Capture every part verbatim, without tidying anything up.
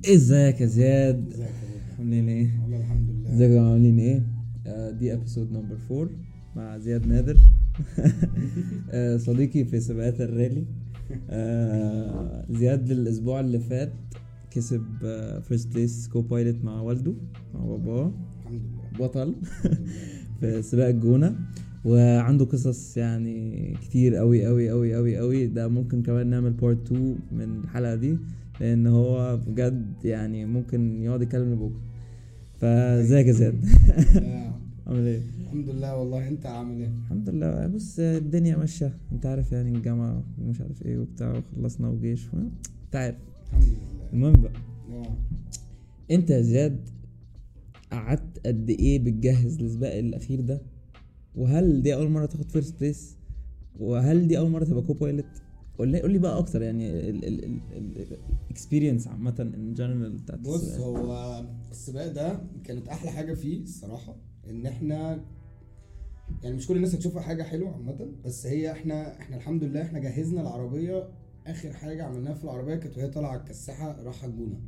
ازيك يا زياد؟ ازيك يا عاملين ايه؟ والله الحمد لله. ازيكم عاملين ايه؟ آه دي ابيسود نمبر فور مع زياد نادر. آه صديقي في سباقات الرالي. آه زياد الاسبوع اللي فات كسب فيرست بليس كو بايلوت مع والده مع باباه الحمد لله بطل الحمد لله. في سباق الجونة، وعنده قصص يعني كتير قوي قوي قوي قوي قوي. ده ممكن كمان نعمل بارت تو من الحلقة دي، لان هو بجد يعني ممكن يقعد يتكلم لبكره. فازيك يا زياد؟ يا عامل ايه؟ الحمد لله. والله انت عامل ايه؟ الحمد لله. بص الدنيا ماشيه، انت عارف يعني الجامعه ومش عارف ايه وبتاع، وخلصنا وجيش انت عارف. الحمد لله. المهم بقى، اه انت يا زياد قعدت قد ايه بتجهز للسباق الاخير ده؟ وهل دي اول مره تاخد فيرست بليس؟ وهل دي اول مره تبقى كو بايلوت؟ قول لي قول لي بقى اكتر يعني الاكسبيرينس عامه ان جنرال بتاعت بص، السباق. هو السباق ده كانت احلى حاجه فيه الصراحه، ان احنا يعني مش كل الناس هتشوفها حاجه حلوه عامه، بس هي احنا احنا الحمد لله احنا جهزنا العربيه. اخر حاجه عملناها في العربيه كانت وهي طالعه الكساحه رايحه الجونه،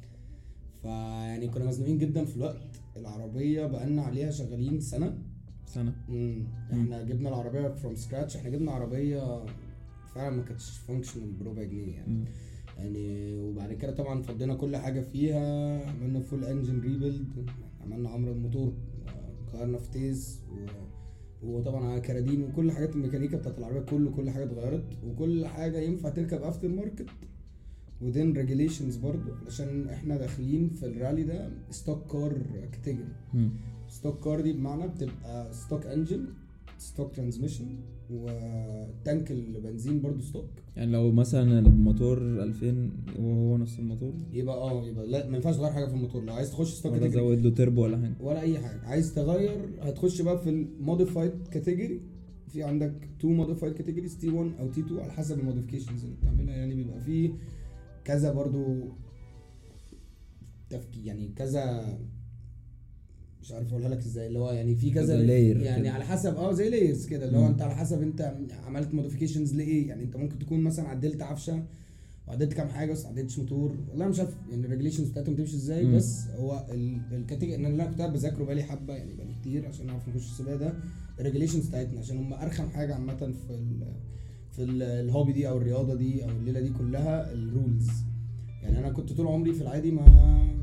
فيعني كنا مزنوقين جدا في الوقت. العربيه بقالنا عليها شغالين سنه سنه. امم احنا جبنا العربيه فروم سكراتش. احنا جبنا عربيه فعلا ما كانتش فانكشنال بربع جنيه يعني. مم. يعني وبعد كده طبعا فضينا كل حاجه فيها، عملنا فول انجن ريبيلد، عملنا عمر الموتور، غيرنا فتيس و... وطبعا كرادين وكل حاجات الميكانيكا بتاعت العربيه، كله كل حاجه اتغيرت، وكل حاجه ينفع تركب افتر ماركت ودين ريجوليشنز برضو، علشان احنا داخلين في الرالي ده ستوك كار كاتيجوري. ستوك كار دي بمعنى بتبقى ستوك انجن، ستوك ترانسميشن، وتانك البنزين برضو ستوك. يعني لو مثلا الموتور ألفين وهو نفس الموتور يبقى اه يبقى لا، ما ينفعش تغير حاجه في الموتور. لو عايز تخش ستوك ولا كاتيجوري زود له تربو ولا حاجه ولا اي حاجه عايز تغير، هتخش بقى في الموديفايد كاتيجوري. في عندك تو موديفايد كاتيجوريز، تي واحد او تي اتنين على حسب الموديفيكيشنز اللي بتعملها. يعني بيبقى فيه كذا برضو تفكير، يعني كذا، مش عارف اقولها لك ازاي، اللي هو يعني في كذا يعني كده. على حسب اه زي لايرز كده، اللي هو انت على حسب انت عملت موديفيكيشنز لايه. يعني انت ممكن تكون مثلا عدلت عفشه وعدلت كام حاجه بس عدلتش موتور، والله مش عارف يعني الريجوليشنز بتاعتهم تمشي ازاي. مم. بس هو الكاتيجوري ان انا كنت بذاكره بقالي حبه، يعني بقالي كتير عشان اعرف نخش السباق ده. الريجوليشنز بتاعتنا عشان هم ارخم حاجه عامه في ال في ال الهوبي دي او الرياضه دي او الليله دي كلها، الرولز. يعني انا كنت طول عمري في العادي ما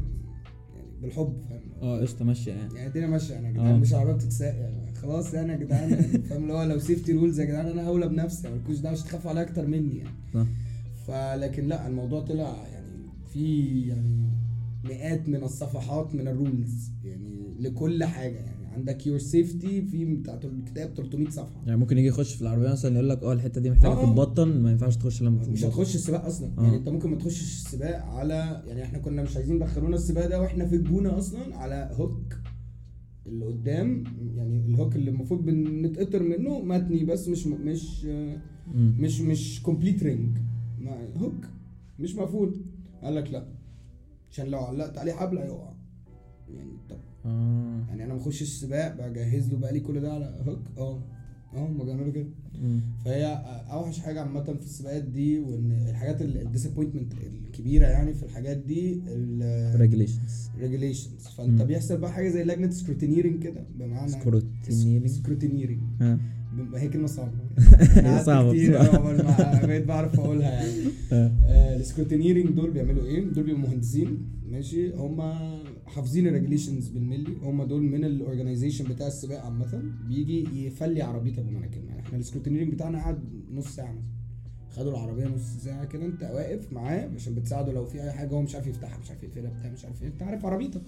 يعني بالحب، فاهم؟ اه قشطه ماشيه يعني يعني الدنيا ماشيه انا يا جدعان، مش عربيه بتتساق يعني خلاص يعني يا جدعان، فاهم؟ اللي هو لو سيفتي رولز يا جدعان انا اولى بنفسي، مالكوش دعوه، مش تخافوا عليا اكتر مني يعني. صح. فلكن لا، الموضوع طلع يعني في يعني مئات من الصفحات من الرولز يعني لكل حاجه. يعني عندك يور سيفتي في بتاعت الكتاب ثلاثمية صفحه. يعني ممكن يجي يخش في العربيه مثلا يقول لك اه الحته دي محتاجه آه. تتبطن، ما ينفعش تخش لما تتبطن. مش هتخش السباق اصلا. آه. يعني انت ممكن ما تخشش السباق على، يعني احنا كنا مش عايزين يدخلونا السباق ده واحنا في الجونه اصلا على هوك اللي قدام، يعني الهوك اللي المفروض بنتقطر منه متني بس مش مش مم. مش مش كومبليت رينج، هوك مش مقفول. قال لك لا، عشان لو علقت عليه حبل هيقع. يعني طب اه يعني انا ما اخشش السباق بجهز له بقالي كل ده على هوك؟ اه اه ما بيعملوا كده. فهي اوحش حاجه عامه في السباقات دي، وان الحاجات الديسابوينتمنت الكبيره يعني في الحاجات دي الريجوليشنز ريجوليشنز. فانت بيحصل بقى حاجه زي لجنه سكروتينيرنج كده، بمعنى سكروتينيرنج سكروتينيرنج اه هي كلمه صعبه هي صعبه كتير اه بقيت بعرف اقولها يعني. السكروتينيرنج دول بيعملوا ايه؟ دول بيبقوا مهندسين ماشي، هم حافظين الريجوليشنز بالملي، هم دول من الاورجنايزيشن بتاع السباق عامه، بيجي يفلي عربيتك بمعنى كلمه. يعني احنا السكروتينيرنج بتاعنا قعد نص ساعه مثلا، خدوا العربيه نص ساعه كده انت واقف معاه عشان بتساعده لو في اي حاجه هو مش عارف يفتحها، مش عارف يقفلها بتاع مش عارف ايه، انت عارف عربيتك.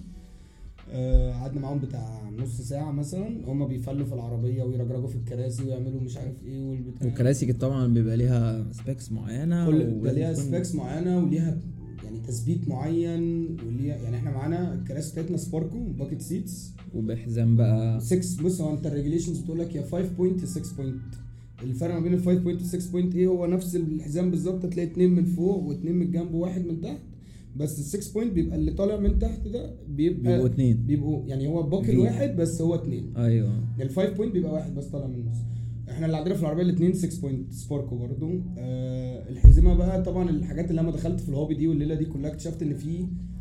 قعدنا آه معاهم بتاع نص ساعه مثلا، هم بيفلوا في العربيه ويرجرجوا في الكراسي ويعملوا مش عارف ايه والبتاع. والكراسي طبعا بيبقى ليها سبيكس معينه، كل ليها سبيكس معينه وليها يعني تثبيت معين وليها. يعني احنا معانا الكراسي بتاعتنا سباركو باكيت سيتس وبحزام بقى ستة. بص هو انت الريجوليشنز بتقول لك يا خمسة بوينت يا ستة بوينت. الفرق ما بين ال خمسة بوينت و ستة بوينت ايه؟ هو نفس الحزام بالظبط، هتلاقي اتنين من فوق واتنين من الجنب وواحد من تحت، بس ال ستة بوينت بيبقى اللي طالع من تحت ده بيبقى بيبقوا اتنين، بيبقوا يعني هو باكل واحد بس هو اتنين. ايوه ال خمسة بوينت بيبقى واحد بس طالع من النص. احنا اللي عندنا في العربيه الاثنين ستة بوينت سباركو برضو. آه الحزمه بقى طبعا الحاجات اللي انا دخلت في الهوبي دي والليله دي كلها اكتشفت ان في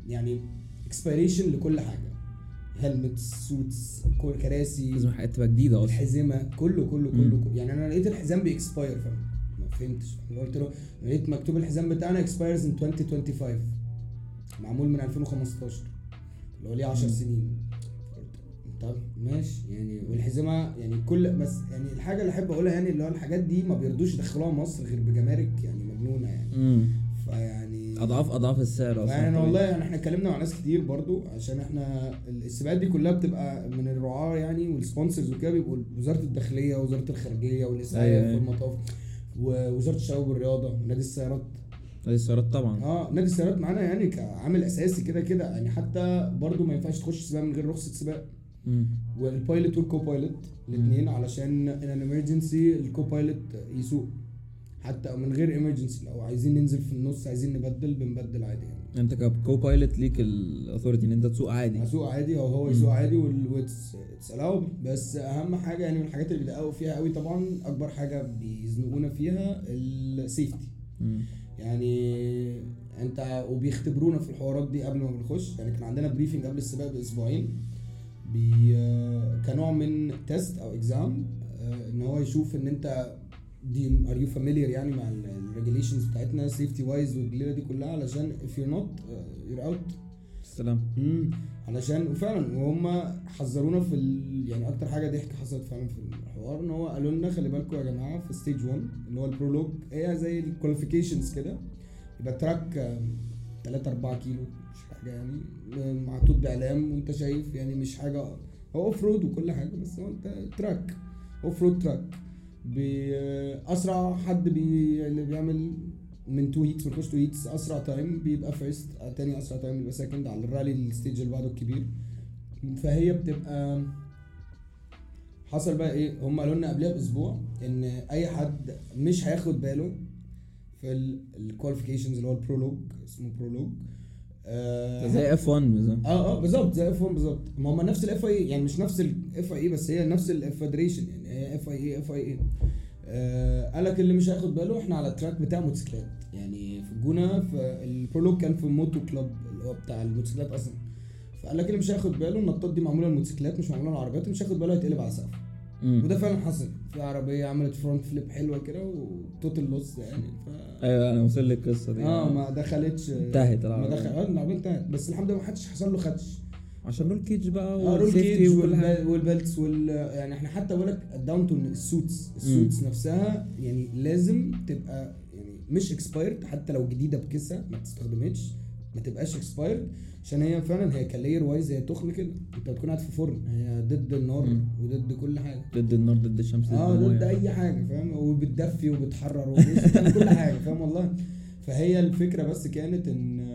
يعني اكسبيريشن لكل حاجه، هيلمتس، سوتس، كل كراسي، لازم حاجات تبقى جديده اصلا، الحزمه، كله كله كله, كله. يعني انا لقيت الحزام بيكسباير فاهم، ما فهمتش، قلت له لقيت مكتوب الحزام بتاعنا اكسبايرز ان ألفين وخمسة وعشرين، معمول من ألفين وخمستاشر اللي هو ليه عشر سنين. طب ماشي يعني، والحزمه يعني كل بس يعني الحاجه اللي احب اقولها يعني اللي هو الحاجات دي ما بيرضوش يدخلوها مصر غير بجمارك يعني مجنونه يعني. امم فيعني اضعاف اضعاف السعر اصلا. يعني والله يعني احنا اتكلمنا مع ناس كتير برضو، عشان احنا السباقات دي كلها بتبقى من الرعاه يعني والسبونسرز وكده، بيبقوا وزاره الداخليه ووزاره الخارجيه والاسعاف والمطاف ووزاره الشباب والرياضه ونادي السيارات. نادي السيارات طبعا، اه نادي السيارات معانا يعني كعامل اساسي كده كده يعني، حتى برضو ما ينفعش تخش سباق من غير رخصه سباق. والبايلوت والكو بايلوت الاثنين، علشان ان امرجنسي الكو بايلوت يسوق حتى من غير امرجنسي، لو عايزين ننزل في النص عايزين نبدل بنبدل عادي يعني. انت ككو بايلوت ليك الاثوريتي ان انت تسوق عادي، اسوق عادي او هو يسوق عادي، والويتس الاوبل. بس اهم حاجه يعني من الحاجات اللي بيدققوا فيها قوي طبعا، اكبر حاجه بيزنقونا فيها السيفتي. يعني انت وبيختبرونا في الحوارات دي قبل ما بنخش يعني. كان عندنا بريفنج قبل السباق باسبوعين بي كنوع من تيست او اكزام، ان هو يشوف ان انت دي ار يو فاميليار يعني مع الريجوليشنز بتاعتنا سيفتي وايز والليله دي كلها، علشان if you're not uh, you're out. السلام. امم علشان وفعلا وهم حذرونا في ال... يعني اكتر حاجه ضحك حصلت فعلا في الحوار، ان هو قالوا لنا خلي بالكم يا جماعه في ستيج واحد اللي هو البرولوج، هي زي الكواليفيكيشنز كده، يبقى تراك ثلاثة أربعة كيلو مش حاجه يعني، محطوط باعلام وانت شايف يعني، مش حاجه هو اوف رود وكل حاجه، بس هو انت تراك اوف رود تراك بأسرع حد بي... اللي بيعمل من تو هيتس بيخش تو هيتس اسرع تايم بيبقى فيرست، تاني اسرع تايم بيبقى سكند على الرالي الستيج اللي بعده الكبير. فهي بتبقى حصل بقى ايه، هم قالوا لنا قبلها باسبوع ان اي حد مش هياخد باله في الكواليفيكيشنز اللي هو البرولوج، اسمه برولوج آه زي اف واحد بالظبط. اه اه بالظبط زي اف واحد بالظبط، ما هم نفس الاف اي يعني، مش نفس الاف اي بس هي نفس الفيدريشن يعني، هي اف اي اي اف اي اي. آه قالك اللي مش هياخد باله احنا على التراك بتاع موتوسيكلات يعني في الجونه، في البرولوج كان في موتو كلوب اللي هو بتاع الموتوسيكلات اصلا. فقالك اللي مش هياخد باله النطاط دي معموله للموتوسيكلات مش معموله للعربيات، مش هياخد باله هيتقلب على سقف. وده فعلا حصل، في عربيه عملت فرونت فليب حلوه كده وتوتال لوس يعني. ف... ايوه انا وصل لي القصه دي. اه ما دخلتش، انتهت العربيه ما دخل اه العربيه انتهت، بس الحمد لله ما حدش حصل له خدش عشان رول كيج بقى والسيفتي والبيلتس وال يعني احنا حتى بقولك الداون تو السوتس السوتس نفسها يعني لازم تبقى يعني مش اكسبايرد، حتى لو جديده بكيسه ما تستخدمتش ما تبقاش اكسبايرد، عشان هي فعلا هي كلاير وايز هي تخن كده، انت بتكون قاعد في فرن، هي ضد النار مم. وضد كل حاجه، ضد النار ضد الشمس اه ضد اي حاجه فاهم، وبتدفي وبتحرر وبتعمل كل حاجه فاهم والله. فهي الفكره بس كانت ان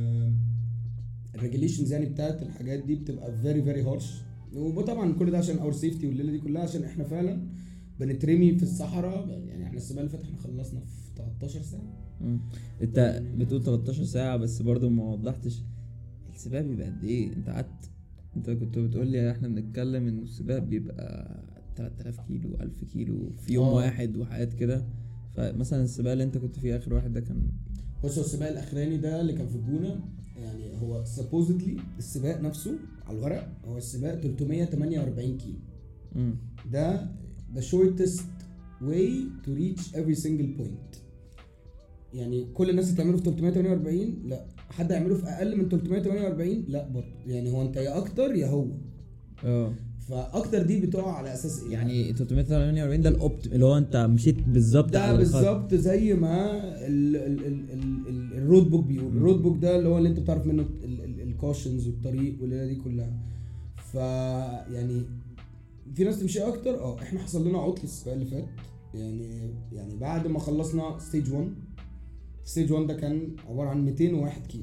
الريجوليشنز يعني بتاعت الحاجات دي بتبقى فيري فيري هارش، وطبعا كل ده عشان اور سيفتي والليله دي كلها، عشان احنا فعلا بنترمي في الصحراء يعني. احنا السباق اللي فات احنا خلصنا في تلتاشر ساعه. امم انت بتقول تلتاشر ساعه بس برضو ما وضحتش السباق بيبقى قد ايه. انت قعدت انت كنت بتقول لي احنا بنتكلم ان السباق بيبقى تلات آلاف كيلو ألف كيلو في يوم أوه. واحد وحاجات كده. فمثلا السباق اللي انت كنت فيه اخر واحد ده كان بص، هو السباق الاخراني ده اللي كان في الجونه يعني هو supposedly السباق نفسه على الورق هو السباق تلتمية وتمانية وأربعين كيلو. امم ده the shortest way to reach every single point. يعني كل الناس بتعمله في تلتمية وتمانية وأربعين، لا حد يعمله في اقل من تلتمية وتمانية وأربعين لا برضه يعني، هو انت يا اكتر يا هو اه فاكتر دي بتقع على اساس ايه يعني تلتمية وتمانية وأربعين ده الاوبت اللي هو انت مشيت بالظبط ده بالظبط زي ما ال ال ال ال الرود بوك بيقول. الرود بوك ده اللي هو اللي انت بتعرف منه الكوشنز والطريق والليله دي كلها. ف يعني في ناس تمشي اكتر. اه احنا حصل لنا عطل السباق اللي فات يعني يعني بعد ما خلصنا ستيج واحد. ستيج واحد ده كان عباره عن ميتين وواحد كيلو.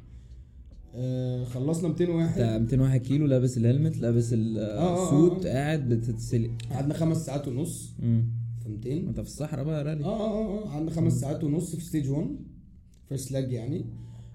آه خلصنا ميتين وواحد ميتين وواحد كيلو لابس الهلمت لابس السوت قاعد بتتسلق. قعدنا خمس ساعات ونص امم في ميتين. انت في الصحراء بقى رالي. اه اه اه قعدنا خمس ساعات ونص في ستيج واحد فيرست لاج يعني.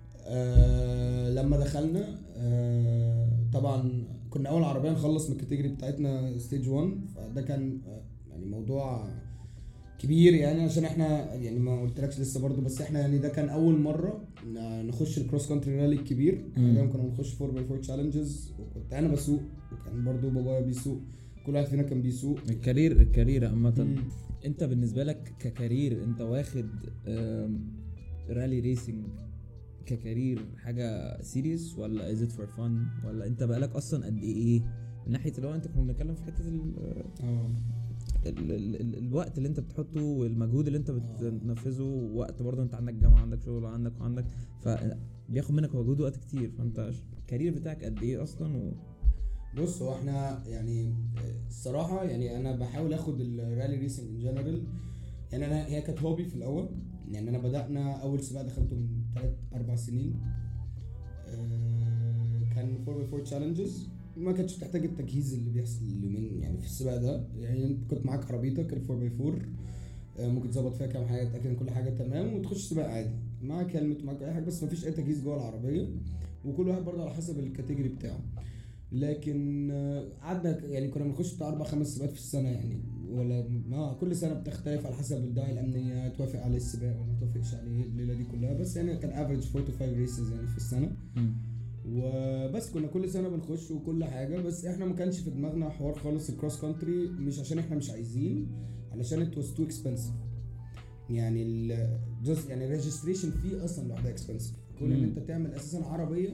آه لما دخلنا آه طبعا كنا اول عربيه نخلص من الكاتيجوري بتاعتنا ستيج واحد، فده كان آه يعني موضوع كبير يعني، عشان احنا يعني ما قلتلكش لسه برضو، بس احنا يعني ده كان اول مره نخش الكروس كونتري رالي الكبير. احنا كنا بنخش فور باي فور تشالنجز، وكنت انا بسوق وكان برضو بابايا بيسوق، كل واحد فينا كان بيسوق. الكارير الكارير عامه انت بالنسبه لك ككارير انت واخد رالي ريسنج ككارير حاجه سيريس ولا از ات فور فن، ولا انت بقالك اصلا قد ايه من ناحيه اللي هو انت كنا بنتكلم في حته ال اه ال ال ال الوقت اللي انت بتحطه والمجهود اللي انت بتنفذه، وقت برضه انت عندك جامعه عندك شغل وعندك وعندك فبياخد منك مجهود وقت كتير، فانت الكارير بتاعك قد ايه اصلا؟ و بص هو احنا يعني الصراحه يعني انا بحاول اخد الرالي ريسنج ان جنرال، يعني انا هي كانت هوبي في الاول، يعني انا بدأنا اول سباق دخلته من ثلاث اربع سنين، أه كان فور باي فور تشالنجز، ما كانتش بتحتاج التجهيز اللي بيحصل اليومين يعني في السباق ده، يعني كنت معاك عربيتك الفور باي فور أه ممكن تظبط فيها كام حاجه تاكد ان كل حاجه تمام وتخش سباق عادي، معاك هلمت معاك اي حاجه، بس ما فيش اي تجهيز جوه العربيه، وكل واحد برضه على حسب الكاتيجوري بتاعه. لكن قعدنا يعني كنا بنخش بتاع اربع خمس سباقات في السنه يعني، ولا ما كل سنه بتختلف على حسب الداعي الامنيه توافق عليه السباق ولا ما توافقش عليه الليله دي كلها، بس يعني كان افريج فور تو فايف ريسز يعني في السنه. م. وبس كنا كل سنه بنخش وكل حاجه، بس احنا ما كانش في دماغنا حوار خالص الكروس كونتري، مش عشان احنا مش عايزين، علشان ات واز تو اكسبنسيف، يعني ال جاست يعني الريجستريشن فيه اصلا لوحدها اكسبنسيف، كل ان انت تعمل اساسا عربيه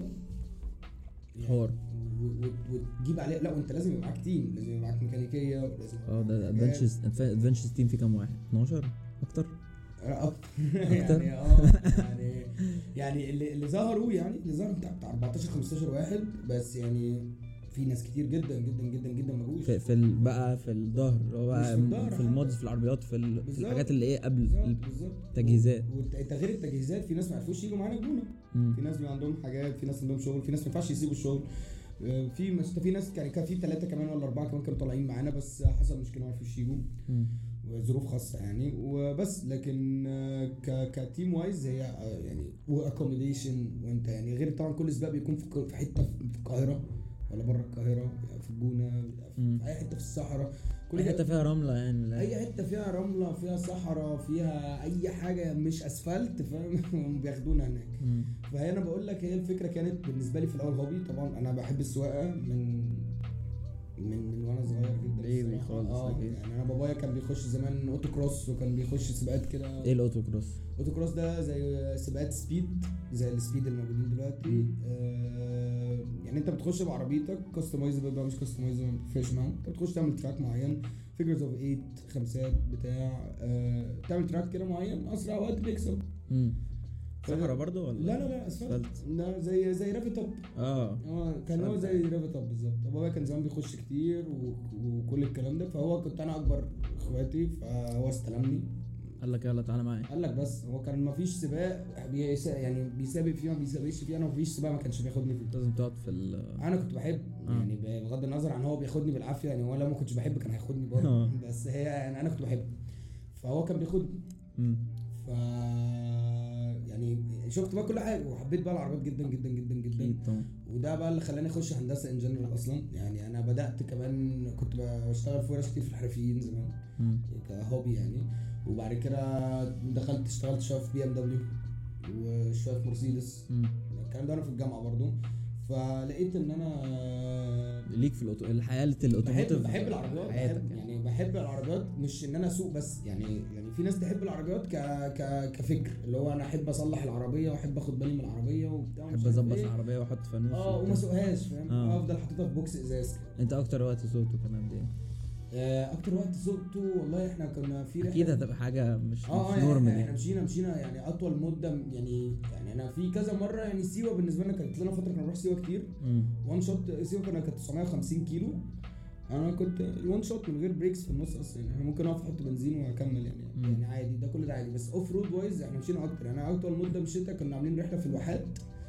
حوار وتجيب عليه، لا وانت لازم يبقى معاك تيم، لازم يبقى معاك ميكانيكيه، ولازم اه ده ادفنتشرز ادفنتشرز تيم في كام واحد؟ اتناشر اكتر اكتر يعني اه يعني يعني اللي اللي ظهروا يعني اللي ظهروا بتاع اربعتاشر خمستاشر واحد بس، يعني في ناس كتير جدا جدا جدا جدا ما جوش في, في بقى في الظهر بقى في, في المودز في العربيات في, في الحاجات اللي ايه قبل التجهيزات، وتغيير التجهيزات في ناس ما عرفوش يجوا معانا جونه، في ناس بيبقى عندهم حاجات، في ناس عندهم شغل، في ناس ما ينفعش يسيبوا الشغل، في مست... في ناس يعني كان في ثلاثه كمان ولا اربعه كمان كانوا طالعين معانا، بس حصل مشكله ما عرفوش يجوا وظروف خاصه يعني وبس. لكن ك كتيم وايز هي يعني واكوموديشن، وانت يعني غير طبعا كل سباق بيكون في حته في القاهره ولا بره القاهره، في الجونه، في اي حته في الصحراء، كل اي حته فيها رمله يعني لا. اي حته فيها رمله فيها صحراء فيها اي حاجه مش اسفلت فاهم بياخدونا هناك. فهي انا بقول لك هي الفكره كانت بالنسبه لي في الاول هوبي، طبعا انا بحب السواقه من من من وانا صغير جدا ايه خالص اه يعني انا بابايا كان بيخش زمان اوتو كروس، وكان بيخش سباقات كده. ايه الاوتو كروس؟ اوتو كروس ده زي سباقات سبيد زي السبيد الموجودين دلوقتي، آه يعني انت بتخش بعربيتك كاستمايزبل بقى مش كاستمايزبل ما بتفرقش معاهم، انت بتخش تعمل تراك معين فيجرز اوف ثمانية خمسات بتاع آه تعمل تراك كده معين اسرع وقت بيكسب. امم صحرا برضو ولا لا لا لا اسفلت، لا زي زي رافي توب. اه اه كان هو زي رافي توب بالظبط. بابا كان زمان بيخش كتير وكل الكلام ده، فهو كنت انا اكبر اخواتي فهو استلمني قال لك يلا تعالى معايا، قال لك بس هو كان ما فيش سباق يعني بيسابق فيه ما بيسابقش فيه، انا ما فيش سباق ما كانش بياخدني فيه، لازم تقعد في انا كنت بحب آه. يعني بغض النظر عن هو بياخدني بالعافيه يعني، ولا ما كنتش بحب كان هياخدني برضه آه. بس هي يعني انا كنت بحب فهو كان بياخدني. ف يعني شفت بقى كل حاجه وحبيت بقى العربيات جدا جدا جدا جدا طبعا. وده بقى اللي خلاني اخش هندسه ان جنرال اصلا، يعني انا بدات كمان كنت بشتغل في ورش كتير في الحرفيين زمان كهوبي يعني، وبعد كده دخلت اشتغلت شويه في بي ام دبليو وشويه في مرسيدس، الكلام ده انا في الجامعه برضو، فلقيت ان انا ليك في الأوتو... الحياه الاوتوموتيف، بحب, بحب العربيات بحب يعني بحب العربيات، مش ان انا اسوق بس يعني يعني في ناس تحب العربيات ك... ك... كفكر اللي هو انا احب اصلح العربيه واحب اخد بالي من العربيه وبتاع، احب اظبط إيه؟ العربيه واحط فانوس اه وما اسوقهاش فاهم آه. افضل حاططها في بوكس ازاز. انت اكتر وقت سوقته كان قد ايه؟ اكتر وقت سوقته والله احنا كنا في اكيد هتبقى حاجه مش اه مش نورمال يعني احنا مشينا مشينا يعني اطول مده يعني يعني انا في كذا مره يعني سيوه بالنسبه لنا كانت لنا فتره كنا بنروح سيوه كتير، وان شوت سيوه كنا كانت تسعمية وخمسين كيلو، انا كنت وان شوت من غير بريكس في النص اصلا يعني احنا ممكن اقف احط بنزين واكمل يعني مم. يعني عادي ده كل ده عادي، بس اوف رود وايز احنا مشينا اكتر يعني. انا اطول مده مشيتها كنا عاملين رحله في الواحات،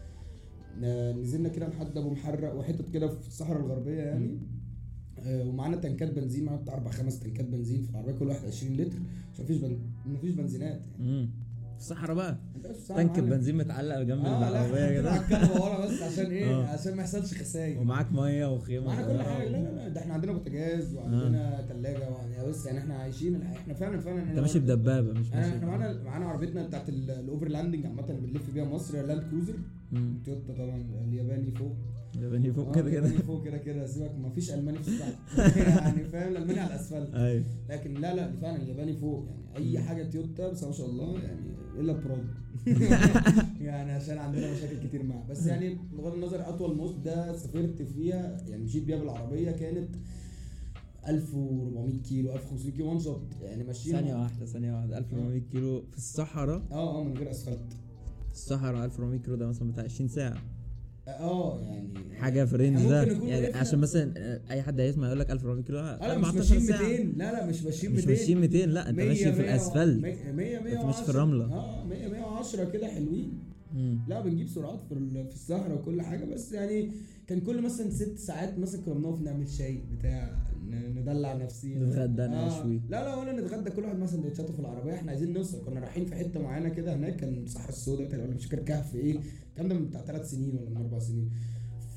نزلنا كده لحد ابو محرق وحتت كده في الصحراء الغربيه يعني مم. ومعانا تنكات بنزين، معانا بتاع اربع خمس تنكات بنزين في العربيه كل واحد عشرين لتر عشان مفيش بن... مفيش بنزينات يعني الصحراء بقى تانك البنزين متعلق جنب آه العربيه كده على ورا بس عشان ايه آه. عشان ما يحصلش خسائر ومعاك ميه وخيمه معانا كل حاجه. لا لا لا ده احنا عندنا بوتاجاز وعندنا آه. ثلاجه يعني بس يعني احنا عايشين احنا فعلا فعلا انت ماشي بدبابه مش ماشي. احنا معانا معانا عربيتنا بتاعت الاوفرلاندنج عامه اللي بنلف بيها مصر لاند كروزر تويوتا طبعا الياباني فوق الياباني فوق كده كده فوق كده كده سيبك ما فيش الماني في الساعه يعني فاهم الالماني على الاسفلت ايوه لكن لا لا فعلا الياباني فوق يعني اي حاجه تويوتا بس ما شاء الله يعني الا براد يعني عشان عندنا مشاكل كتير معاه بس يعني بغض النظر اطول مده سافرت فيها يعني مشيت بيها بالعربيه كانت ألف وأربعمية كيلو ألف وخمسمية كيلو وان شوت يعني ماشيين ثانيه واحده ثانيه واحده ألف وأربعمية كيلو في الصحراء اه اه من غير اسفلت في الصحراء ألف وأربعمية كيلو ده مثلا بتاع عشرين ساعه اه يعني حاجه في الرينج ده يعني عشان مثلا اي حد هيسمع يقول لك ألف وأربعمية كيلو أربعتاشر ساعه ميتين لا لا مش ماشيين ميتين مش ماشيين ميتين لا انت ماشي في الاسفلت مية مية انت ماشي في الرمله اه مية مية وعشرة كده حلوين مم. لا بنجيب سرعات في في الصحراء وكل حاجه بس يعني كان كل مثلا ست ساعات مثلا كنا بنقف نعمل شاي بتاع ندلع نفسينا نتغدى نشوي آه. لا لا ولا نتغدى كل واحد مثلا سندوتشاته في العربيه احنا عايزين نوصل كنا رايحين في حته معينه كده هناك كان الصحراء السوداء ولا مش فاكر كهف ايه الكلام ده من بتاع ثلاث سنين ولا من اربع سنين ف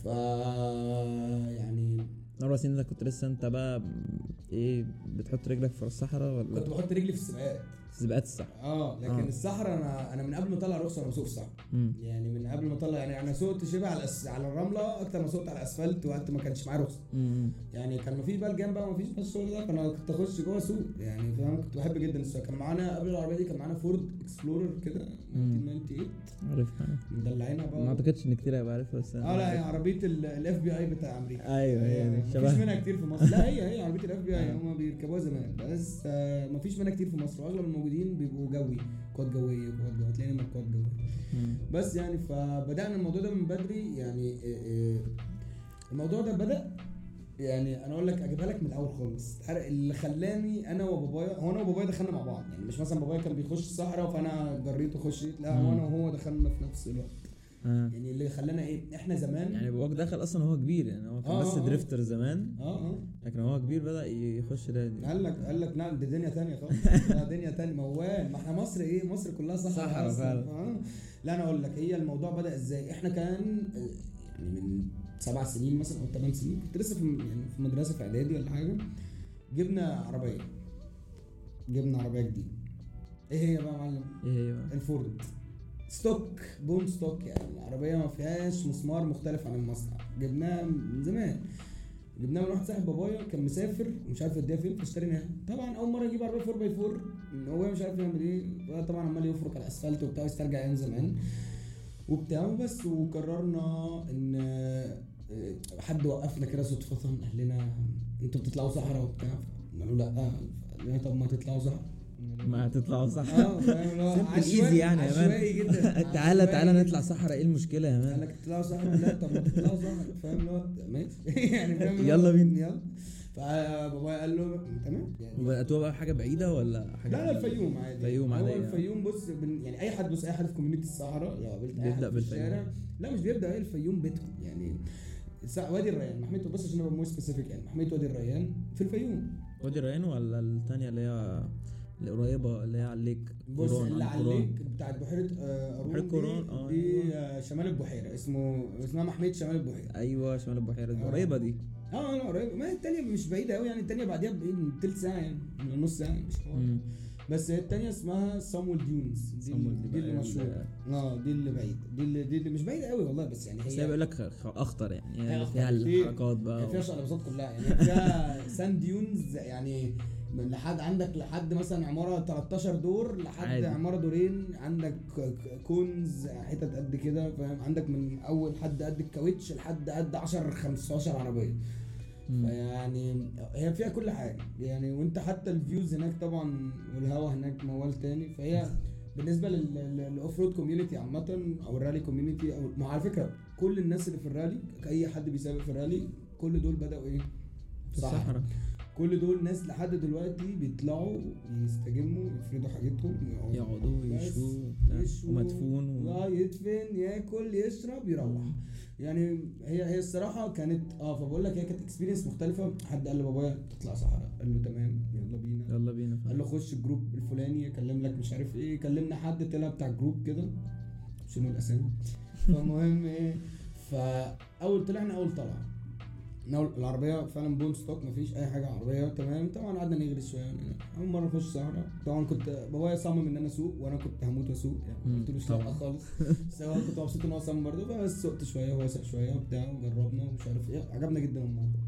يعني اربع سنين ده كنت لسه انت بقى ايه بتحط رجلك في الصحراء ولا كنت بحط رجلي في السباقات في سباقات الصحراء اه لكن آه. الصحراء انا انا من قبل ما اطلع رخصه انا بسوق في الصحراء يعني من قبل ما اطلع يعني انا سوقت شبه على الأس... على الرمله اكتر ما سوقت على الاسفلت وقت ما كانش معايا رخصه يعني كان مفيش بقى الجنب بقى مفيش بس الشغل ده فانا كنت اخش جوه اسوق يعني فاهم كنت بحب جدا السواقه كان معانا قبل العربيه دي كان معانا فورد اكسبلورر كده ألف وتسعمية وتمانية وتسعين عارفها مدلعينها بقى ما اعتقدش ان كتير هيبقى عارفها بس اه لا هي عربيه الاف بي اي بتاع امريكا ايوه هي مفيش منها كتير في مصر لا هي هي عربيه الاف بي اي هم بيركبوها زمان بس آه مفيش منها كتير في مصر واغلب الموجودين بيبقوا جوي كواد جويه كواد جويه هتلاقيني من كواد جويه بس يعني فبدانا الموضوع ده من بدري يعني الموضوع ده بدا يعني انا اقول لك اجيبها لك من الاول خالص اللي خلاني انا وبابايا هو انا وبابايا دخلنا مع بعض يعني مش مثلا بابايا كان بيخش الصحراء فانا جريته خشيت لا هو انا وهو دخلنا في نفس الوقت آه. يعني اللي خلانا ايه احنا زمان يعني باباك دخل اصلا هو كبير يعني هو كان آه بس آه دريفتر زمان اه اه لكن هو كبير بدا يخش ده قال لك قال لك لا دي دنيا ثانيه خالص لا دنيا ثانيه موال ما احنا مصر ايه مصر كلها صحراء صحراء فعلا آه. لا انا اقول لك هي الموضوع بدا ازاي احنا كان يعني من سبع سنين مثلا او ثمان سنين كنت لسه في يعني في مدرسه في اعدادي ولا حاجه جبنا عربيه جبنا عربيه جديده ايه هي بقى يا معلم ايه هي بقى الفورد ستوك بون ستوك يعني العربيه ما فيهاش مسمار مختلف عن المصنع جبناها من زمان جبناها من واحد صاحب بابايا كان مسافر ومش عارف يوديها فين فاشتريناها طبعا اول مره يجيب عربيه فور باي فور هو مش عارف يعمل ايه طبعا عمال يفرك على الاسفلت وبتاع يسترجع ايام زمان وبتاع بس وقررنا ان حد وقفنا كده صدفه قال لنا انتوا بتطلعوا صحراء وبتاع قالوا لا قال طب ما تطلعوا صحراء ما هتطلعوا صحراء اه فاهم عشوائي يعني يا عشوائي جدا تعالى تعالى نطلع صحراء ايه المشكله يا مان قال لك تطلعوا صحراء لا طب ما تطلعوا صحراء فاهم اللي هو ماشي يعني فاهم يلا بينا يلا فبابايا قال له تمام يعني وبقى بقى حاجه بعيده ولا حاجه لا لا الفيوم عادي الفيوم عادي هو الفيوم بص يعني اي حد بص اي حد في كوميونتي الصحراء لو قابلت اي حد في الشارع لا مش بيبدا ايه الفيوم بيتهم يعني وادي الريان محميه بص عشان ابقى مو سبيسيفيك يعني محميه وادي الريان في الفيوم وادي الريان ولا الثانيه اللي هي القريبه اللي هي على الليك بص اللي على الليك بتاعت بحيره قارون اه دي, دي شمال البحيره اسمه اسمها محميه شمال البحيره ايوه شمال البحيره دي قريبه دي اه انا قريبه ما الثانيه مش بعيده قوي يعني الثانيه بعديها بثلث ساعه يعني نص ساعه مش حوار بس الثانيه اسمها سامويل ديونز دي, دي اللي مشهوره اه دي اللي بعيده دي اللي دي اللي مش بعيده قوي والله بس يعني هي بيقول لك اخطر يعني, يعني فيها الحركات بقى يعني فيها شقلباظات كلها يعني فيها ساند ديونز يعني من لحد عندك لحد مثلا عماره تلتاشر دور لحد عادي. عماره دورين عندك كونز حتت قد كده فاهم عندك من اول حد قد الكاوتش لحد قد عشرة خمستاشر عربيه يعني هي فيها كل حاجه يعني وانت حتى الفيوز هناك طبعا والهوا هناك موال تاني فهي بالنسبه للاوف رود كوميونتي عامه او الرالي كوميونتي او ما على فكره كل الناس اللي في الرالي اي حد بيسابق في الرالي كل دول بداوا ايه في الصحراء كل دول ناس لحد دلوقتي بيطلعوا يستجموا يفردوا حاجتهم يقعدوا يشوا ومدفون و... لا يدفن ياكل يشرب يروح. يعني هي هي الصراحه كانت اه فبقول لك هي كانت اكسبيرينس مختلفه. حد قال لبابايا تطلع صحراء، قال له تمام يلا بينا يلا بينا. قال له خش الجروب الفلاني اكلم لك مش عارف ايه، كلمنا حد طلع بتاع جروب كده شنو الاسامي. فالمهم ايه، فاول طلعنا اول طلعه العربيه فعلا بون ستوك مفيش اي حاجه عربيه تمام. طبعا قعدنا نجري شويه اول مره اخش صحراء. طبعا كنت بابايا صمم ان انا اسوق وانا كنت هموت واسوق يعني، قلت له لا خالص. بس هو كنت مبسوط ان هو صمم برضه، بس سوقت شويه وهو ساق شويه وبتاع وجربنا ومش عارف ايه، عجبنا جدا الموضوع.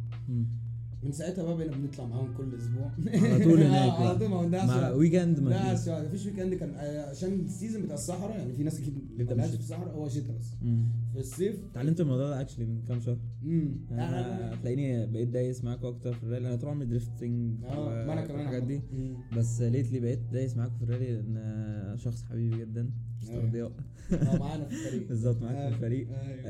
من ساعتها بقى بقينا بنطلع معاهم كل اسبوع على طول هناك. على طول ما قلناش مع ويكند ما لا شويه مفيش ويكند. كان عشان السيزون بتاع الصحراء يعني، في ناس اكيد ما بتبقاش في الصحراء هو شتاء بس. مم. في الصيف اتعلمت الموضوع ده اكشلي من كام شهر. امم هتلاقيني بقيت دايس معاكم اكتر في الرالي. انا طول عمري دريفتنج اه وانا كمان الحاجات دي. مم. بس ليتلي بقيت دايس معاكم في الرالي لان شخص حبيبي جدا مستر ضياء اه معانا في الفريق بالظبط معاك في الفريق.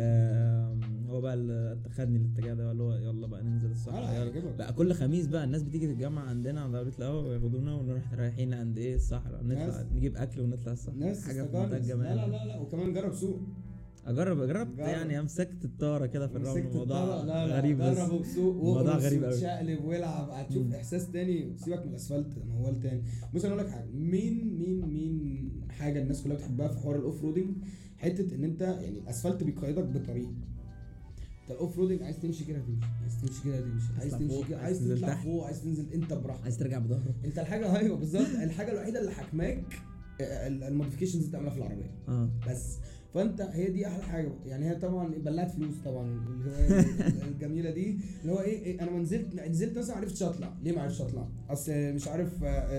آه هو بقى اللي خدني الاتجاه ده اللي هو يلا بقى ننزل الصحراء بقى كل خميس بقى الناس بتيجي تتجمع عندنا على ضربة القهوة وياخدونا ونروح رايحين عند ايه الصحراء نطلع نجيب اكل ونطلع الصحراء حاجه في منتهى الجمال. لا لا لا وكمان جرب سوق اجرب جربت يعني امسكت الطاره كده في الرمل. الموضوع غريب بس جربوا بسوق الموضوع غريب قوي. شقلب والعب هتشوف احساس تاني. سيبك من الاسفلت موال تاني. بص انا اقول لك حاجه، مين مين مين حاجه الناس كلها بتحبها في حوار الاوف رودنج، حته ان انت يعني الاسفلت بيقيدك بطريق. انت الاوف رودنج عايز تمشي كده تمشي، عايز تمشي كده تمشي، عايز تمشي كده، عايز تطلع فوق، عايز تنزل انت براحتك، عايز ترجع بظهرك انت. الحاجه ايوه بالظبط. الحاجه الوحيده اللي حاكماك الموديفيكيشنز اللي بتعملها في العربيه اه بس. فانت هي دي احلى حاجه يعني. هي طبعا بلعت فلوس طبعا الهوايه الجميله دي اللي هو ايه, إيه انا ما نزلت نزلت مثلا ما عرفتش اطلع. ليه ما عرفتش اطلع؟ اصل مش عارف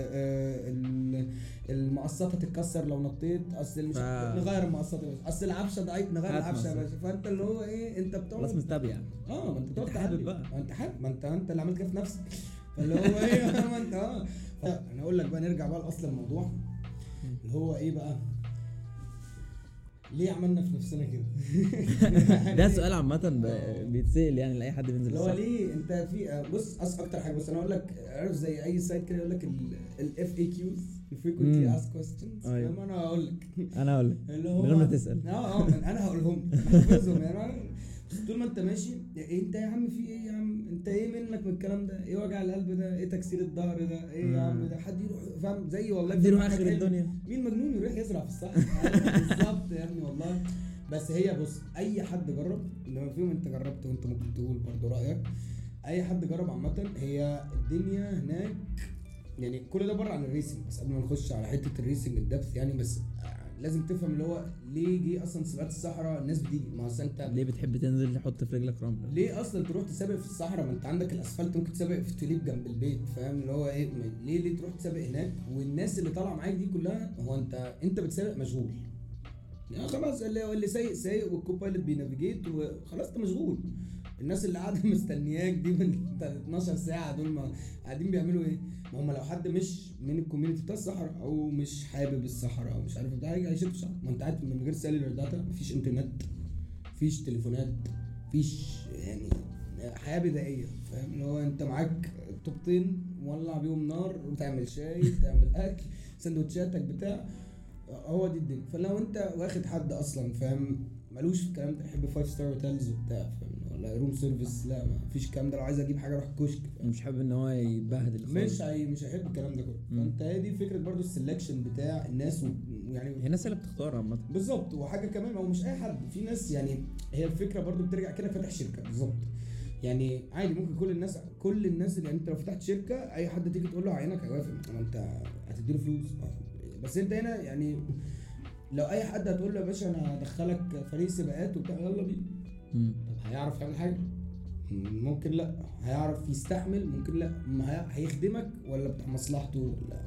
المقصات هتتكسر لو نطيت، اصل مش ف... نغير المقصات يا باشا، اصل العفشه ضعيف نغير العفشه يا باشا. فانت اللي هو ايه انت بتقعد خلاص مستبيع اه ما انت بتقعد حابب بقى، ما انت حابب، ما انت انت اللي عملت كده في نفسك. فاللي هو ايه ما انت اه انا اقول لك بقى نرجع بقى لاصل الموضوع اللي هو ايه بقى، ليه عملنا في نفسنا كده؟ ده سؤال عامه بيتسال يعني لاي حد بينزل. اللي هو ليه انت في بص أص اكتر حاجه. بس انا اقول لك عارف زي اي سايت كده يقول لك الاف اي كيوز frequently asked questions. فاهم انا هقول لك انا هقول لك اللي هو من غير ما تسال. اه اه انا هقولهم حافظهم يعني. طول ما انت ماشي انت يا عم في ايه يا عم انت ايه منك من الكلام ده، ايه وجع القلب ده، ايه تكسير الظهر ده، ايه يا عم ده حد يروح فاهم زي والله حد يروح اخر الدنيا. مين مجنون يروح يزرع في الصحراء بالظبط يا ابني والله. بس هي بص اي حد جرب لما فيهم انت جربت وانت ممكن تقول برضو رايك. اي حد جرب عامه هي الدنيا هناك يعني كل ده بره عن الريسنج. بس قبل ما نخش على حته الريسنج الدبث يعني، بس لازم تفهم اللي هو ليه جه اصلا سباقات الصحراء الناس بتيجي. ما اصل انت ليه بتحب تنزل تحط في رجلك رمله؟ ليه اصلا تروح تسابق في الصحراء؟ ما انت عندك الاسفلت ممكن تسابق في توليب جنب البيت. فاهم اللي هو ايه ليه ليه تروح تسابق هناك؟ والناس اللي طالعه معاك دي كلها هو انت انت بتسابق مشغول يعني خلاص. اللي اللي سايق سايق والكوبايلوت بينافيجيت وخلاص انت مشغول. الناس اللي قاعده مستنياك دي من اتناشر ساعه دول ما قاعدين بيعملوا ايه؟ ما هم لو حد مش من الكوميونتي بتاع الصحراء او مش حابب الصحراء او مش عارف بتاع هيشد في شعره. ما انت قاعد من غير سيلولر داتا، مفيش انترنت، مفيش تليفونات، مفيش يعني حياه بدائيه. فاهم اللي هو انت معاك طوبتين مولع بيهم نار وتعمل شاي تعمل اكل سندوتشاتك بتاع هو دي الدنيا. فلو انت واخد حد اصلا فاهم مالوش في الكلام ده، يحب فايف ستار هوتيلز وبتاع فاهم ولا روم سيرفيس، لا ما فيش الكلام ده. لو عايز اجيب حاجه اروح الكشك مش حابب ان هو يبهدل مش هي مش هيحب الكلام ده كله. فانت هي دي فكره برضو السلكشن بتاع الناس ويعني هي الناس اللي بتختار عامه بالظبط. وحاجه كمان هو مش اي حد، في ناس يعني هي الفكره برضو بترجع كده فاتح شركه بالظبط يعني عادي. ممكن كل الناس كل الناس اللي يعني انت لو فتحت شركه اي حد تيجي تقول له عينك هيوافق، ما انت هتديله فلوس. بس انت هنا يعني لو اي حد هتقول له يا باشا انا هدخلك فريق سباقات وبتاع يلا بينا، طب هيعرف يعمل حاجه؟ ممكن لا. هيعرف يستحمل؟ ممكن لا. هيخدمك ولا بتاع مصلحته ولا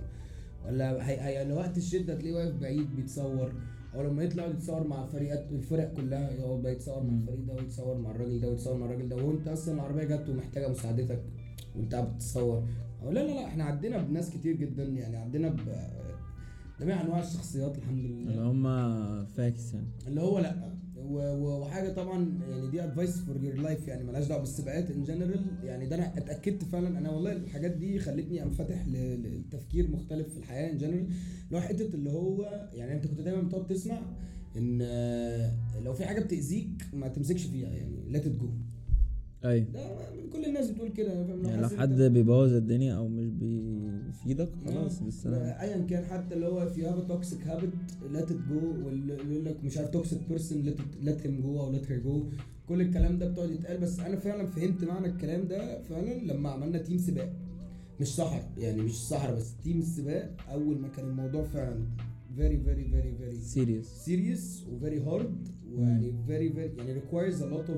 ولا هي, هي وقت الشده تلاقيه واقف بعيد بيتصور، او لما يطلع يتصور مع فريقات الفرق كلها يقعد بقى يتصور مع الفريق ده ويتصور مع الراجل ده ويتصور مع الراجل ده وانت اصلا العربيه جت ومحتاجه مساعدتك وانت قاعد بتتصور. او لا لا لا احنا عدينا بناس كتير جدا يعني عدينا ب جميع انواع الشخصيات الحمد لله اللي هم فاكس يعني اللي هو لا وحاجه طبعا يعني دي ادفايس فور يور لايف يعني مالهاش دعوه بالسباقات ان جنرال يعني. ده انا اتاكدت فعلا انا والله الحاجات دي خلتني انفتح للتفكير مختلف في الحياه ان جنرال. لو حته اللي هو يعني انت كنت دايما بتقعد تسمع ان لو في حاجه بتاذيك ما تمسكش فيها يعني لا تتجو. ايوه ده كل الناس بتقول كده فاهم. يعني لو حد بيبوظ الدنيا او مش بيفيدك خلاص بالسلامه ايا كان حتى اللي هو في هاف توكسيك هابت لا تتجو واللي يقول لك مش عارف توكسيك بيرسون لا هيم جو او لا هير جو. كل الكلام ده بتقعد يتقال بس انا فعلا فهمت معنى الكلام ده فعلا لما عملنا تيم سباق مش صحراء يعني مش صحراء بس تيم السباق. اول ما كان الموضوع فعلا very very very very serious serious و very hard ويعني very very يعني requires a lot of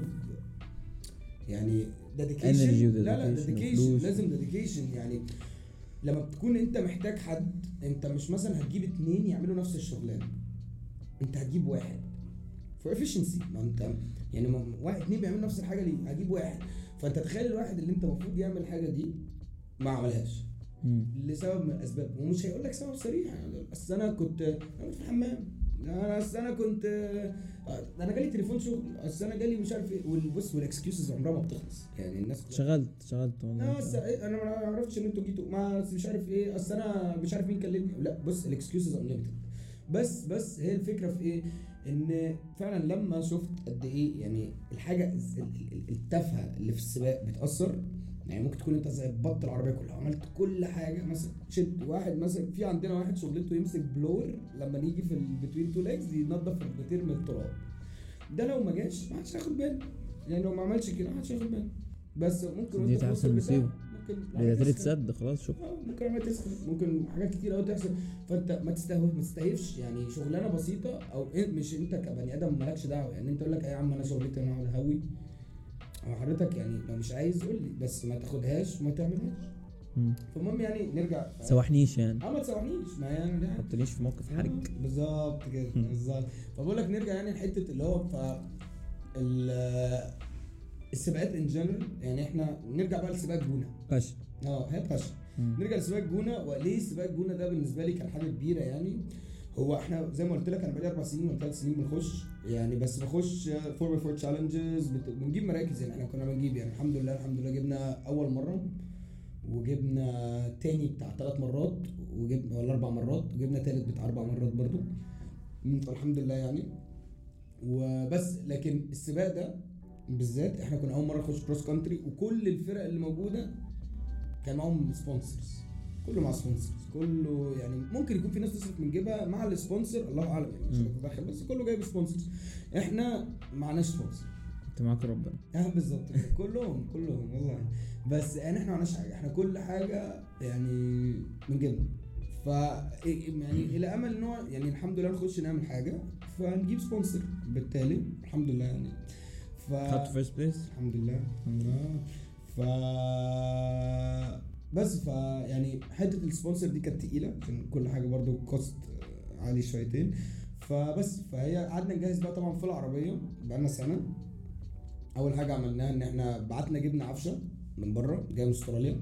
يعني dedication. لا لا dedication لازم dedication يعني لما بتكون انت محتاج حد انت مش مثلا هتجيب اتنين يعملوا نفس الشغلانه انت هتجيب واحد for efficiency. ما انت يعني واحد اتنين بيعملوا نفس الحاجه ليه هجيب واحد. فانت تخيل الواحد اللي انت المفروض يعمل الحاجه دي ما عملهاش لسبب من الاسباب ومش هيقول لك سبب صريح يعني. بس انا كنت انا في الحمام انا اصل انا كنت انا جالي تليفون شغل اصل انا جالي مش عارف ايه. والبص والاكسكيوزز عمرها ما بتخلص يعني. الناس شغلت شغلت والله انا ما عرفتش ان انتوا جيتوا ما مش عارف ايه اصل انا مش عارف مين كلمني. لا بص الاكسكيوزز انليمتد. بس بس هي الفكره في ايه ان فعلا لما شفت قد ايه يعني الحاجه التافهه اللي في السباق بتاثر يعني. ممكن تكون انت زي بط العربيه كلها عملت كل حاجه مثلا شد واحد مثلا في عندنا واحد شغلته يمسك بلور لما نيجي في البتوين تو ليجز ينظف الركبتين من التراب. ده لو ما جاش ما حدش هياخد باله يعني. لو ما عملش كده ما حدش هياخد باله. بس ممكن دي تحصل مصيبه ممكن دي تتسد خلاص شكرا. ممكن ما تسخن ممكن حاجات كتير قوي تحصل. فانت ما تستهوف ما تستهيفش يعني شغلانه بسيطه او مش انت كبني ادم مالكش دعوه يعني. انت تقول لك يا عم انا شغلتي انا اقعد اهوي حضرتك يعني لو مش عايز قول لي بس ما تاخدهاش وما تعملهاش. فالمهم يعني نرجع سوحنيش يعني اه ما تسوحنيش ما يعني ما تحطنيش في موقف حرج بالظبط كده بالظبط. فبقول لك نرجع يعني لحته اللي هو ف السباقات ان جنرال يعني. احنا نرجع بقى لسباق جونه فشل اه هي فشل. نرجع لسباق جونه. وليه سباق جونه ده بالنسبه لي كان حاجه كبيره يعني. هو احنا زي ما قلت لك انا بقالي اربع سنين ولا ثلاث سنين بنخش يعني بس بخش فور باي فور تشالنجز بنجيب مراكز يعني. احنا كنا بنجيب يعني الحمد لله الحمد لله جبنا اول مره وجبنا تاني بتاع ثلاث مرات وجبنا ولا اربع مرات وجبنا ثالث بتاع اربع مرات برضو الحمد لله يعني. وبس لكن السباق ده بالذات احنا كنا اول مره نخش كروس كونتري وكل الفرق اللي موجوده كان معاهم سبونسرز. كله مع سبونسرز كله يعني. ممكن يكون في ناس تصرف من جيبها مع السبونسر الله اعلم يعني مش هتدخل بس كله جايب سبونسرز. احنا معناش سبونسر انت معاك ربنا اه بالظبط كلهم كلهم والله. بس يعني احنا معناش حاجه احنا كل حاجه يعني من جيبنا. ف يعني الى امل ان هو يعني الحمد لله نخش نعمل حاجه فنجيب سبونسر بالتالي الحمد لله يعني. ف خدت فيرست بليس الحمد لله الحمد لله. ف بس ف يعني حته السبونسر دي كانت تقيله عشان كل حاجه برضو كوست عالي شويتين. فبس فهي قعدنا نجهز بقى طبعا في العربيه بقالنا سنه. اول حاجه عملناها ان احنا بعتنا جبنا عفشه من بره جايه من استراليا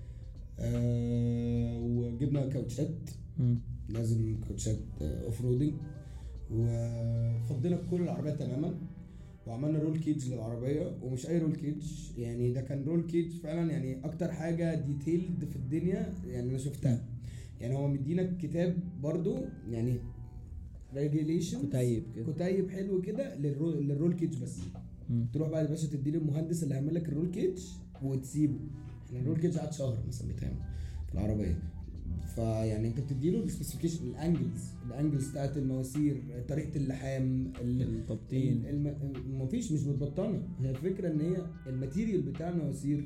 أه وجبنا كاوتشات لازم كاوتشات اوف رودنج وفضينا كل العربيه تماما وعملنا رول كيج للعربيه. ومش اي رول كيج يعني ده كان رول كيج فعلا يعني اكتر حاجه ديتيلد في الدنيا يعني انا شفتها يعني. هو مدينا كتاب برضو يعني ريجيليشن كتيب كده كتيب حلو كده للرول, للرول كيج بس. م. تروح بقى يا باشا تدي للمهندس اللي هيعمل لك الرول كيج وتسيبه. احنا الرول كيج قعد شهر مثلا بيتعمل في العربيه. فيعني انت بتديله السبيسيفيكيشن الانجلز الانجلز بتاعت المواسير طريقه اللحام التبطين الم... مفيش مش متبطنه. هي الفكره ان هي الماتيريال بتاع المواسير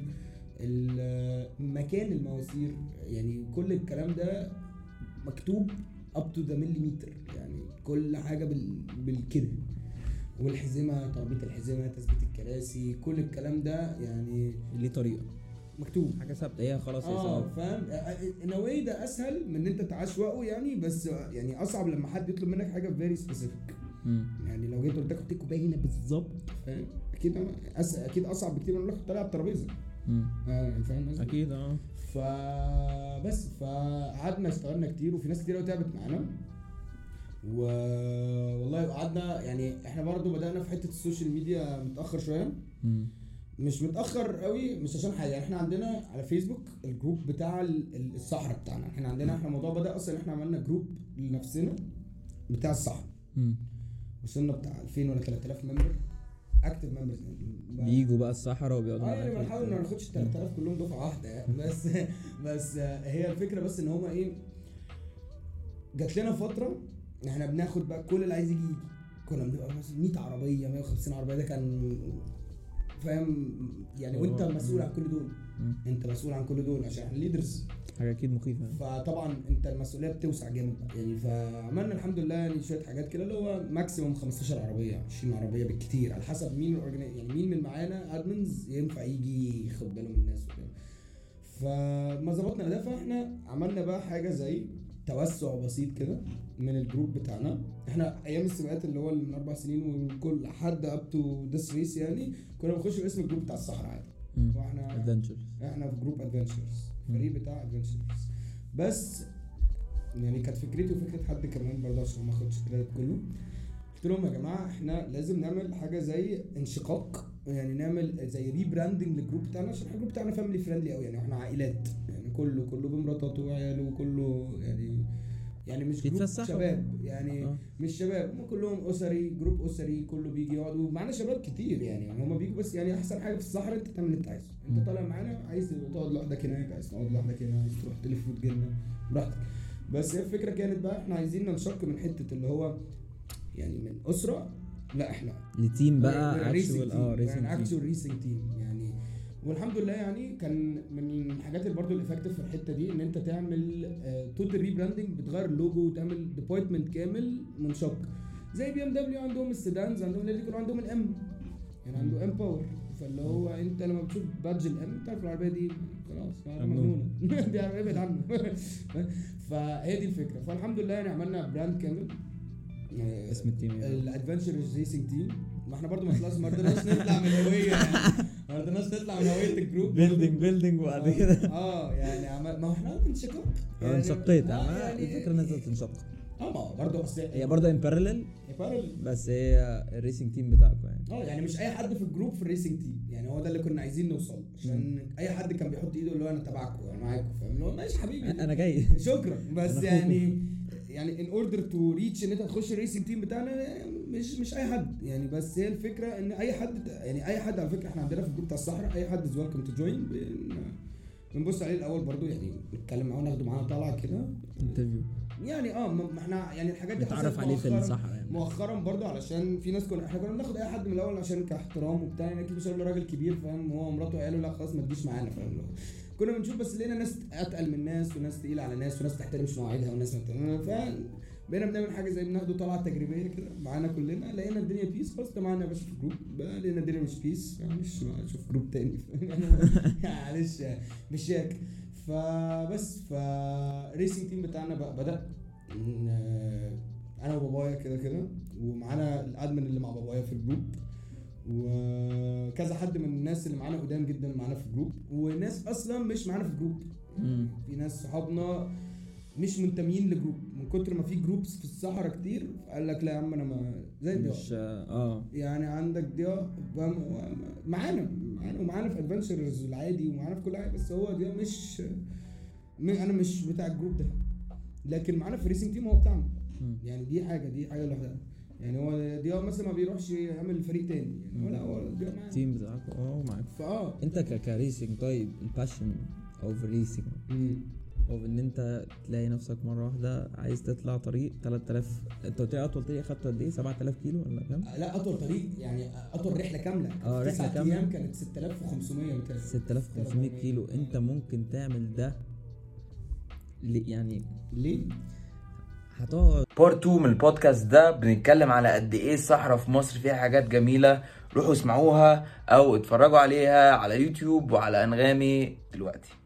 مكان المواسير يعني كل الكلام ده مكتوب up to the millimeter يعني كل حاجه بال... بالكده. والحزمه تربيط الحزمه تثبيت الكراسي كل الكلام ده يعني ليه طريقه مكتوب حاجه ثابته هي خلاص هي اه فاهم. نواي ده اسهل من ان انت تعشوقه يعني. بس يعني اصعب لما حد يطلب منك حاجه فيري سبيسيفيك يعني. لو جيت قلت لك حط كوبايه هنا بالظبط فاهم اكيد أس... اكيد اصعب بكتير من انك تحطها على الترابيزه اه فاهم اكيد اه. فبس فقعدنا اشتغلنا كتير وفي ناس كتير قوي تعبت معانا و والله قعدنا يعني احنا برضو بدأنا في حتة السوشيال ميديا متأخر شوية. مش متأخر قوي مش عشان حاجة يعني احنا عندنا على فيسبوك الجروب بتاع الصحراء بتاعنا. احنا عندنا احنا الموضوع بدأ اصلا احنا عملنا جروب لنفسنا بتاع الصحراء. وصلنا بتاع ألفين ولا ثلاثة آلاف ممبر اكتف ممبرز بييجوا بقى الصحراء وبيقعدوا اه يعني بنحاول ما ناخدش ثلاثة آلاف كلهم دفعه واحده يعني بس بس هي الفكره بس ان هما ايه جات لنا فتره احنا بناخد بقى كل اللي عايز يجي يجي. كنا بنبقى مثلا مية عربيه مية وخمسين عربيه ده كان فاهم يعني وانت مسؤول عن كل دول. انت مسؤول عن كل دول عشان احنا ليدرز حاجه اكيد مخيفه. فطبعا انت المسؤوليه بتوسع جامد يعني. فعملنا الحمد لله يعني شويه حاجات كده اللي هو ماكسيموم خمستاشر عربيه عشرين عربيه بالكتير على حسب مين يعني مين من معانا ادمنز ينفع يجي ياخد باله من الناس وكده. فما ظبطنا ده فاحنا عملنا بقى حاجه زي توسع بسيط كده من الجروب بتاعنا. احنا ايام السباقات اللي هو من اربع سنين وكل حد اب تو ذس ريس يعني كنا بنخش باسم الجروب بتاع الصحراء عادي. واحنا ادفنتشرز احنا في جروب ادفنتشرز فريق بتاع ادفنتشرز بس يعني كانت فكرتي وفكره حد كمان برضه عشان ما اخدش الكريدت كله. قلت لهم يا جماعه احنا لازم نعمل حاجه زي انشقاق يعني نعمل زي ريبراندنج للجروب بتاعنا عشان الجروب بتاعنا فاميلي فريندلي قوي يعني احنا عائلات يعني كله كله بمراته وعياله وكله يعني يعني مش جروب شباب يعني أه. مش شباب هم كلهم اسري جروب اسري كله بيجي يقعد ومعانا شباب كتير يعني هم بيجوا بس يعني احسن حاجه في الصحراء انت تعمل اللي انت عايزه. انت طالع معانا عايز تقعد لوحدك هناك عايز تقعد لوحدك هنا عايز تروح تلف وتجينا براحتك. بس هي الفكره كانت بقى احنا عايزين ننشق من حته اللي هو يعني من اسره لا احنا لتيم بقى اكشوال اه ريسنج يعني اكشوال ريسنج تيم يعني. والحمد لله يعني كان من الحاجات اللي برضو الافكتيف في الحته دي ان انت تعمل توتال ريبراندنج بتغير اللوجو وتعمل ديبارتمنت كامل منشق زي بي ام دبليو عندهم السيدانز عندهم اللي يكون عندهم الام يعني عنده ام باور. فاللي هو انت لما بتشوف بادج الام بتعرف العربيه دي خلاص مجنونه دي عربيه ابعد عنه. فهي دي الفكره. فالحمد لله يعني عملنا براند كامل اسم التيم الادفنتشرز ريسنج تيم. ما احنا برضو ما خلاص ما رضيناش نطلع من الهويه يعني ما رضيناش نطلع من هويه الجروب بيلدينج بيلدينج وبعد كده اه يعني عمل ما احنا انشقاق يعني انشقيت يعني الفكره انها تنشق اه ما برضه اصل هي برضه ان باراليل باراليل بس هي الريسنج تيم بتاعكم يعني اه يعني مش اي حد في الجروب في الريسنج تيم يعني هو ده اللي كنا عايزين نوصل عشان اي حد كان بيحط ايده اللي هو انا تبعكم انا معاكم فاهم اللي هو ماشي حبيبي انا جاي شكرا بس يعني يعني ان اوردر تو ريتش ان انت تخش الريسنج تيم بتاعنا مش مش اي حد يعني. بس هي الفكره ان اي حد يعني اي حد على فكره احنا عندنا في الجروب بتاع الصحراء اي حد از ويلكم تو جوين بنبص عليه الاول برضو يعني نتكلم معاه وناخده معانا طالعه كده انترفيو يعني اه ما احنا يعني الحاجات دي نتعرف عليه في الصحراء يعني مؤخرا برضو علشان في ناس كنا احنا كنا بناخد اي حد من الاول عشان كاحترام وبتاع يعني اكيد مش هقول راجل كبير فاهم هو ومراته قالوا لا خلاص ما تجيش معانا فاهم. كنا بنشوف بس لقينا ناس اتقل من ناس وناس تقيله على ناس وناس تحترمش مواعيدها وناس ما ف بقينا بنعمل حاجه زي بناخده طلعه تجريبيه كده معانا كلنا لقينا الدنيا بيس خلاص معانا يا باشا في الجروب بقى لقينا الدنيا مش بيس معلش نشوف جروب تاني معلش مش ياك. فبس فالريسنج تيم بتاعنا بقى بدا انا وبابايا كده كده ومعانا الادمن اللي مع بابايا في الجروب وكذا حد من الناس اللي معانا قدام جدا معانا في الجروب وناس اصلا مش معانا في الجروب. في ناس صحابنا مش منتمين لجروب من كتر ما في جروبس في الصحراء كتير قال لك لا يا عم انا ما زي ضياء مش اه يعني عندك ضياء معانا معانا ومعانا في ادفنتشرز العادي ومعانا في كل حاجه بس هو ضياء مش انا مش بتاع الجروب ده لكن معانا في ريسنج تيم هو بتاعنا يعني دي حاجه دي حاجه لوحدها يعني. هو ضياء مثلا ما بيروحش يعمل فريق تاني يعني ولا هو ضياء معانا التيم بتاعك اه معاك فاه انت كريسنج طيب الباشن اوف ريسنج او ان انت تلاقي نفسك مره واحده عايز تطلع طريق ثلاثة آلاف انت قلت لي اطول طريق خدته قد ايه سبعة آلاف كيلو ولا كام؟ لا اطول طريق يعني اطول رحله كامله اه رحله كامله ايام كانت ستة آلاف وخمسمية متر ستة آلاف وخمسمية كيلو. انت ممكن تعمل ده ليه يعني ليه هتقعد بارت اتنين من البودكاست ده بنتكلم على قد ايه الصحراء في مصر فيها حاجات جميله. روحوا اسمعوها او اتفرجوا عليها على يوتيوب وعلى انغامي دلوقتي.